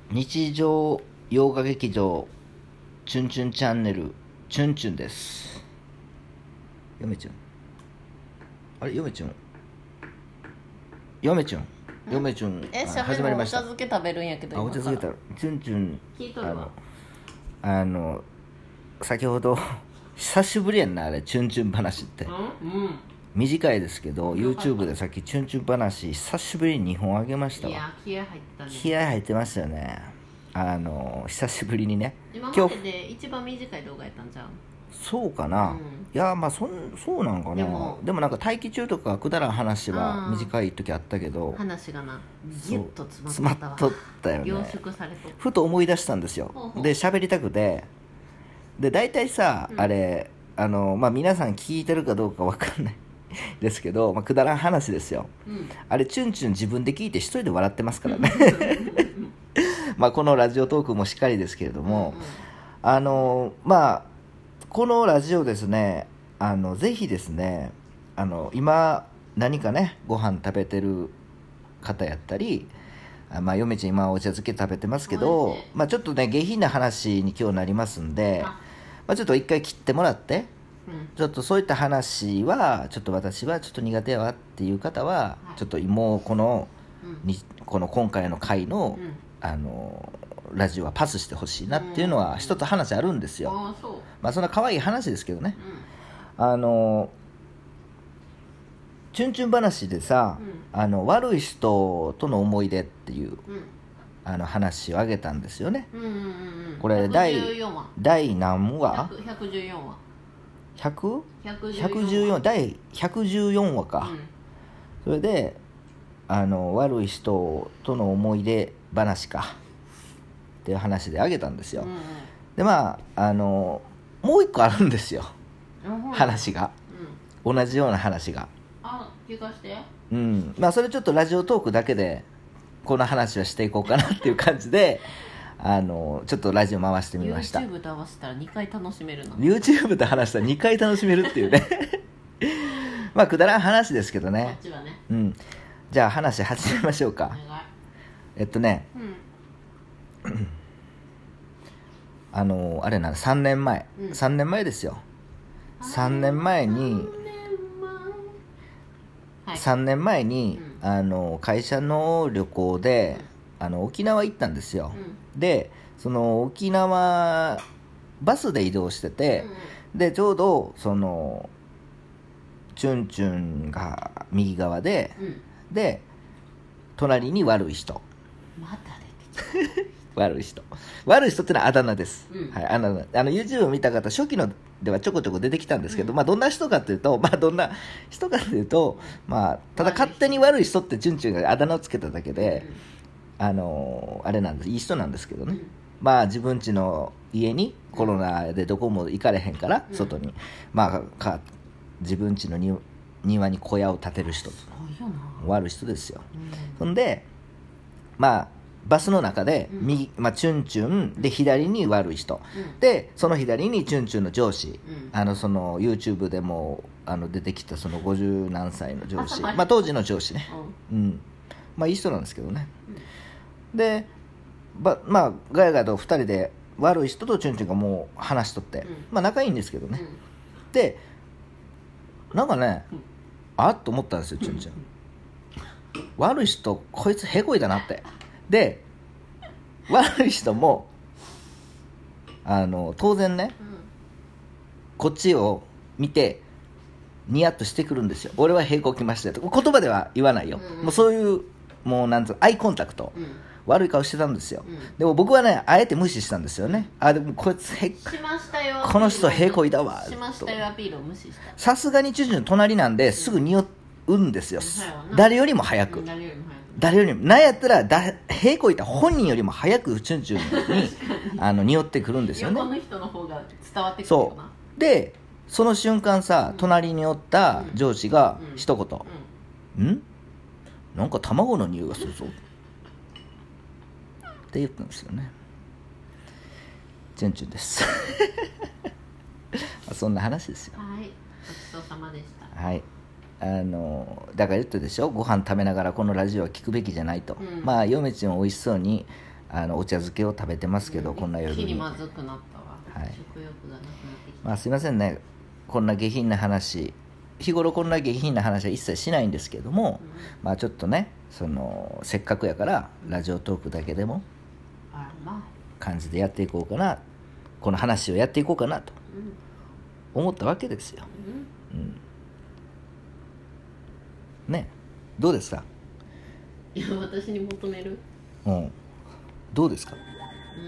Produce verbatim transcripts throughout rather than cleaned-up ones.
日常洋画劇場チュンチュンチャンネルチュンチュンです。嫁ちゅんあれ嫁ちゅん嫁ちゅん嫁ちゅんえ、 始まりました。 お茶漬け食べるんやけどあお茶漬けたチュンチュン聞いとるわ。 あのあの先ほど久しぶりやんなあれチュンチュン話ってうんうん短いですけど YouTube でさっきチュンチュン話久しぶりににほんあげましたわ。 いや気合入ったね。 気合入ってましたよね。あの久しぶりにね今までで一番短い動画やったんじゃん。 そうかな、 うん、 いやまあそんそうなんかな。 でもでもなんか待機中とかくだらん話は短い時あったけど話がなギュッと詰詰まっとったよね。 凝縮されとふと思い出したんですよ。 ほうほうで喋りたくてで大体さ、うん、あれあのまあ皆さん聞いてるかどうかわかんないですけど、まあ、くだらん話ですよ、うん、あれチュンチュン自分で聞いて一人で笑ってますからねまあこのラジオトークもしっかりですけれども、うんうん、あのまあこのラジオですね、あのぜひですね、あの今何かねご飯食べてる方やったり、あまあ嫁ちゃん今お茶漬け食べてますけど、まあちょっとね下品な話に今日なりますんで、まあ、ちょっと一回切ってもらって、うん、ちょっとそういった話はちょっと私はちょっと苦手やわっていう方は、はい、ちょっともうこの、うん、この今回の回の、うん、あのラジオはパスしてほしいなっていうのは一つ話あるんですよ、うん、あそうまあそんな可愛い話ですけどね、うん、あのチュンチュン話でさ、うん、あの悪い人との思い出っていう、うん、あの話をあげたんですよね、うんうんうん、これ第第何話ひゃくじゅうよんわひゃく? ひゃくじゅうよん第ひゃくじゅうよんわか、うん、それであの悪い人との思い出話かっていう話であげたんですよ、うんうん、でまああのもう一個あるんですよ、うん、話が、うん、同じような話があ聞かしてうんまあそれちょっとラジオトークだけでこの話はしていこうかなっていう感じであのちょっとラジオ回してみました。 YouTube と合わせたらにかい楽しめるな。 YouTube と話したらにかい楽しめるっていうねまあくだらん話ですけどね。 こっちはね、 うん、じゃあ話始めましょうか。えっとね、うん、あのあれなんさんねんまえ、うん、さんねんまえですよ。さんねんまえにさんねんまえに、うん、あの会社の旅行で、うん、あの沖縄行ったんですよ、うん、でその沖縄バスで移動してて、うん、でちょうどそのチュンチュンが右側で、うん、で隣に悪い人また出てきた悪い人悪い人ってのはあだ名です、うんはい、あのあの YouTube を見た方初期のではちょこちょこ出てきたんですけど、うんまあ、どんな人かというと、まあ、どんな人かというと、まあ、ただ勝手に悪い人ってチュンチュンがあだ名をつけただけで、うん、あのあれなんですいい人なんですけどね、うん、まあ自分家の家にコロナでどこも行かれへんから外に、うん、まあか自分家のに庭に小屋を建てる人悪い人ですよ、うん、そんでまあバスの中で右、まあ、チュンチュンで左に悪い人、うん、でその左にチュンチュンの上司、うん、あのその YouTube でもあの出てきたそのごじゅうなんさいの上司、まあ、当時の上司ね、うんうん、まあいい人なんですけどね、うん、でばまあガヤガヤとふたりで悪い人とチュンチュンがもう話しとって、うんまあ、仲いいんですけどね、うん、でなんかね、うん、あっと思ったんですよチュンチュン、うん、悪い人こいつへこいだなってで悪い人もあの当然ね、うん、こっちを見てニヤッとしてくるんですよ。俺は平行きましたよと言葉では言わないよ、うんうん、もうそういうもうなんつうアイコンタクト、うん、悪い顔してたんですよ、うん、でも僕はねあえて無視したんですよね。あでもこいつへしましたよこの人平行いだわしましたよアピールを無視した。 さすがにチュンチュン隣なんですぐ匂うんですよ、うん、誰よりも早く、うん、誰よりも早く誰よりもなんやったらだ平行いた本人よりも早くチュンチュンにあの匂ってくるんですよね。 横の人の方が伝わってくるよな。 そうでその瞬間さ、うん、隣におった上司が一言、うんうん、んなんか卵の匂いがするぞって言ったんですよね。チュンチュンですそんな話ですよ。 はいごちそうさまでした。 はいあのだから言ったでしょご飯食べながらこのラジオは聞くべきじゃないと、うん、まあ嫁ちゃん美味しそうにあのお茶漬けを食べてますけど、 うん、 こんな夜に一気にまずくなったわ、 はい、 食欲がなくなってきた。 まあすいませんね、こんな下品な話、日頃こんな下品な話は一切しないんですけども、うん、まあちょっとね、そのせっかくやからラジオトークだけでも感じでやっていこうかな、この話をやっていこうかなと思ったわけですよ、うんうん、ね、どうですか？ いや、私に求める？ うん、どうですか？ うん、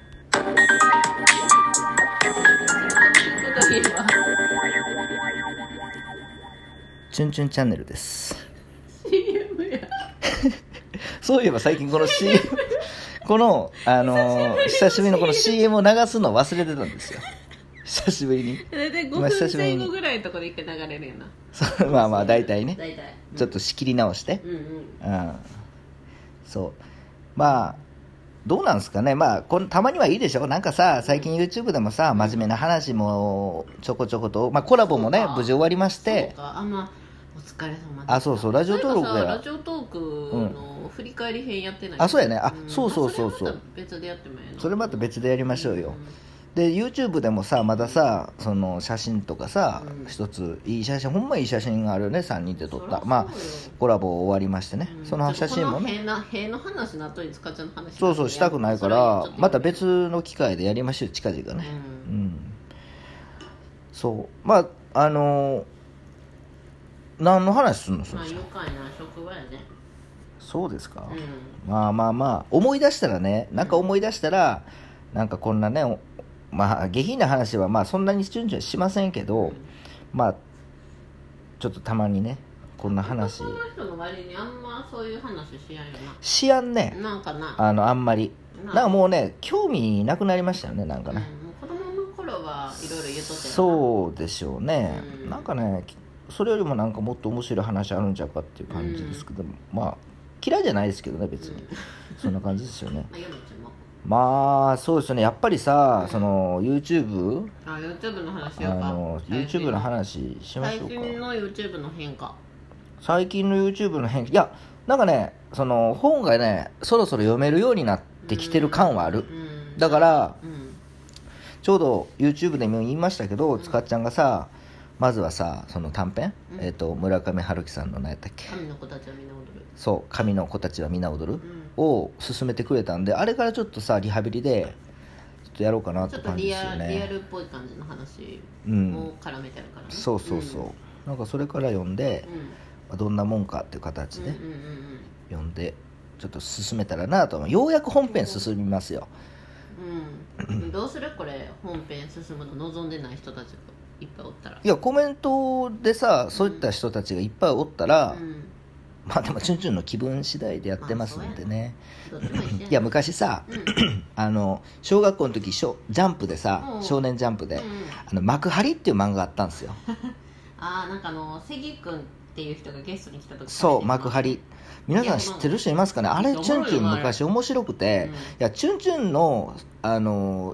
チュンチュンチャンネルです。 シーエム やそういえば最近この シーエム この、あのー、久しぶりのこの シーエム を流すの忘れてたんですよ、久しぶりに。 大体ごふんぜん後ぐらいのとこで一回流れるよな。 そう、まあまあ大体ね、 大体、うん、 ちょっと仕切り直して、 うんうんうん、そうまあどうなんですかね、まあこのたまにはいいでしょ。なんかさ、最近 YouTube でもさ、真面目な話もちょこちょこと、まあ、コラボもね無事終わりまして、 そうか、あ、まあ、お疲れ様でした。 あ、そうそう、ラジオトークやラジオトークの振り返り編やってない、 うん、あ、そうやね、あ、 うん、 そうそうそうそう、 それまた別でやってもいいの？ それまた別でやりましょうよ、うん、で YouTube でもさ、まださ、その写真とかさ、うん、一ついい写真、ほんまいい写真があるよね、さんにんで撮った、まあコラボ終わりましてね、うん、その写真もね、 この塀の話の後に塚ちゃんの話、 そうそうしたくないから、また別の機会でやりましょう、近々ね、うん、うん、そうまああのー、何の話するの？それ、 まあ、愉快な職場やね。 そうですか、 うん、 まあまあまあ思い出したらね、なんか思い出したら、うん、なんかこんなね、まあ下品な話はまあそんなにチュンチュンしませんけど、うん、まあちょっとたまにねこんな話、 男の人の割にあんまそういう話しやんよな。 しやんね、 なんかな、 あのあんまりなんかもうね興味なくなりましたよね、なんかね、 うん、子供の頃はいろいろ言うとって、 そうでしょうね、 うん、なんかねそれよりもなんかもっと面白い話あるんちゃうかっていう感じですけど、うん、まあ嫌いじゃないですけどね別に、うん、そんな感じですよねまあそうですね、やっぱりさ、うん、その YouTube、 あ YouTube の話しようか。 あの YouTube の話しましょうか。 最近の YouTube の変化、 最近の YouTube の変化、いやなんかね、その本がねそろそろ読めるようになってきてる感はある、うん、だから、うん、ちょうど YouTube でも言いましたけど、うん、つかっちゃんがさ、まずはさ、その短編、うん、えー、と村上春樹さんの何やったっけ、 神の子たちは皆踊る、 そう神の子たちは皆踊る、うん、を勧めてくれたんで、あれからちょっとさリハビリでちょっとやろうかなって感じですよね。 ちょっとリア、リアルっぽい感じの話も絡めてるからね、 うん、そうそうそう、うん、なんかそれから読んで、うん、どんなもんかっていう形で読んでちょっと進めたらなと思う。ようやく本編進みますよ、 うん、どうするこれ本編進むの望んでない人たちがいっぱいおったら。 いやコメントでさ、そういった人たちがいっぱいおったら、うん、まあでもチュンチュンの気分次第でやってますんでね。いや昔さ、うん、あの小学校の時ジャンプでさ、うん、少年ジャンプで、うん、あの幕張っていう漫画があったんですよああ、なんかあの関君っていう人がゲストに来た時、 そう幕張、皆さん知ってる人いますかね。あれチュンチュン昔面白くて、うん、いやチュンチュンのあの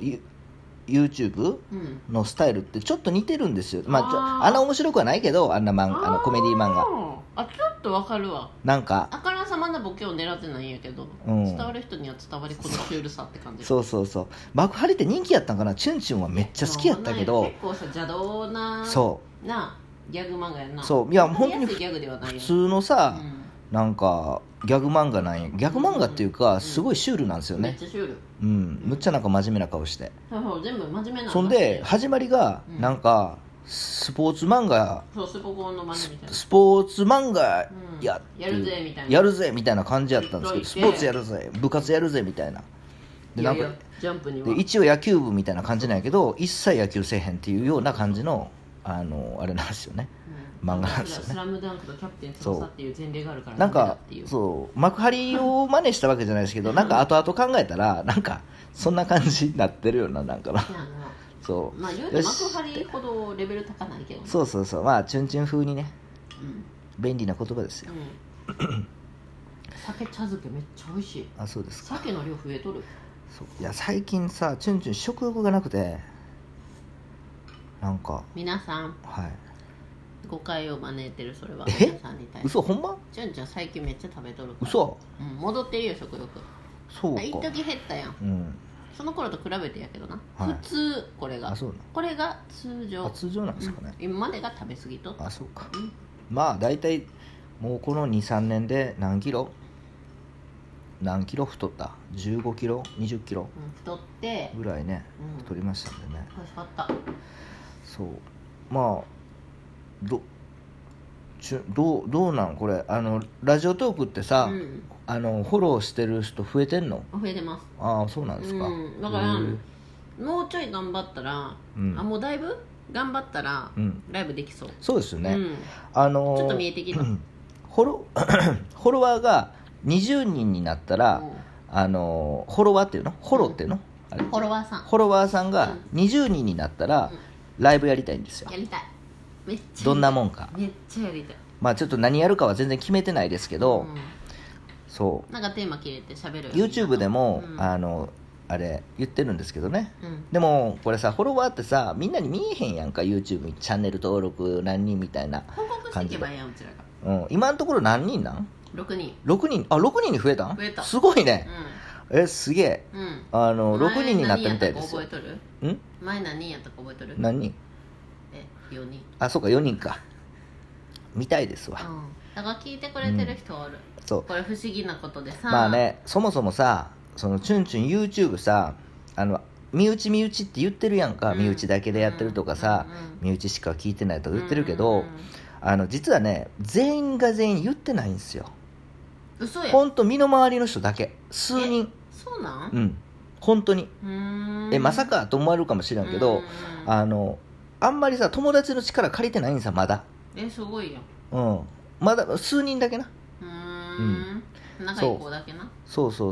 YouTube のスタイルってちょっと似てるんですよ。まあ、あんな面白くはないけど、あんな漫画、あのコメディ漫画。 あ、ちょっとわかるわ。 なんかあからさまなボケを狙ってないんやけど、うん、伝わる人には伝わりこのシュールさって感じ。 そうそうそう。幕張って人気やったんかな。チュンチュンはめっちゃ好きやったけど、 結構さ邪道な、 そうなギャグ漫画やな。 そう、いや本当に普通のさ、 うん、 なんかギャグ漫画なんや。ギャグ漫画っていうか、うん、すごいシュールなんですよね。 めっちゃシュール。 うん、むっちゃなんか真面目な顔して。 そうそう、全部真面目な。 そんで始まりがなんか、スポーツ漫画、 そうスポコンの漫画みたいな。 スポーツ漫画や、 うん、やるぜみたいな。 やるぜみたいな感じやったんですけど、スポーツやるぜ、部活やるぜみたいな。でなんかいやいやジャンプにはで一応野球部みたいな感じなんやけど、一切野球せえへんっていうような感じのあのあれなんですよね。漫画なんですよね。 スラムダンクとキャプテン翼っていう前例があるから、 なんかそう幕張を真似したわけじゃないですけど、なんか後々考えたらなんかそんな感じになってるような、なんかなそう、 まあ言うて幕張ほどレベル高ないけど、ね、 そうそうそう、まあチュンチュン風にね、うん、便利な言葉ですよ、 うん、酒茶漬けめっちゃ美味しい。 あ、そうですか。 酒の量増えとる。 そういや最近さチュンチュン食欲がなくて、なんか皆さん、 はい、 誤解を招いてる。それは皆さんに対して。嘘、ほんま？ チュンチュン最近めっちゃ食べとるから。 嘘、 うん、戻ってるよ食欲。 そうか。 一時減ったやん。 うん。 その頃と比べてやけどな、 はい普通これがあ、そうなこれが通常あ、通常なんですかね。 うん今までが食べ過ぎとった。 あ、そうか。 うんまあ大体もうこのにさんねんで何キロ何キロ太った？じゅうごキロにじゅっキロうん太ってぐらいね、 うん太りましたんでね。 欲しかった。 そうまあどちゅどうどうなんこれ、あのラジオトークってさ、 うんあのフォローしてる人増えてんの？ 増えてます。 ああ、そうなんですか。 うんだからへえもうちょい頑張ったら、 うんあもうだいぶ頑張ったら、 うんライブできそう。 そうですよね、 うんあのーちょっと見えてきた。 フォロフォロワーがにじゅうにんになったら、あのーフォロワーっていうのフォローっていうの、あれフォロワーさんフォロワーさんがにじゅうにんになったら、ライブやりたいんですよ。 やりたい。めっちゃやりたいどんなもんか。 めっちゃやりたい。 まあちょっと何やるかは全然決めてないですけど、 うそうんなんかテーマ決めて喋るよ。 YouTube でも、 うんあのあれ言ってるんですけどね、 うんでもこれさフォロワーってさみんなに見えへんやんか。 YouTube にチャンネル登録何人みたいな報告していけばいいやんうちらが。 うん、今のところ何人なん？ ろくにん。 ろくにん。あ、ろくにんに増えたん？ 増えたすごいね。え、すげえ。 うんうんあのろくにんになったみたいですよ。 前何人やったか覚えとる？ ん？ 前何人やったか覚えとる？ 何人？ えよにん。 あ、そうか、よにんか。みたいですわ。 うんだから聞いてくれてる人おる。 そう。 これ不思議なことでさ。 まあね、そもそもさ、そのチュンチュン YouTube さ、あの身内身内って言ってるやんか、 うん身内だけでやってるとかさ、 うんうん身内しか聞いてないとか言ってるけど、 うんうんあの実はね全員が全員言ってないんですよ。 嘘や。 ほんと身の回りの人だけ、数人。 そうなん？ うん本当に。 うーんえまさかと思われるかもしれんけど、 うんあのあんまりさ友達の力借りてないんさまだ。 えすごいよ。 うんまだ数人だけな。 うーん仲いい子だけな。 そうそう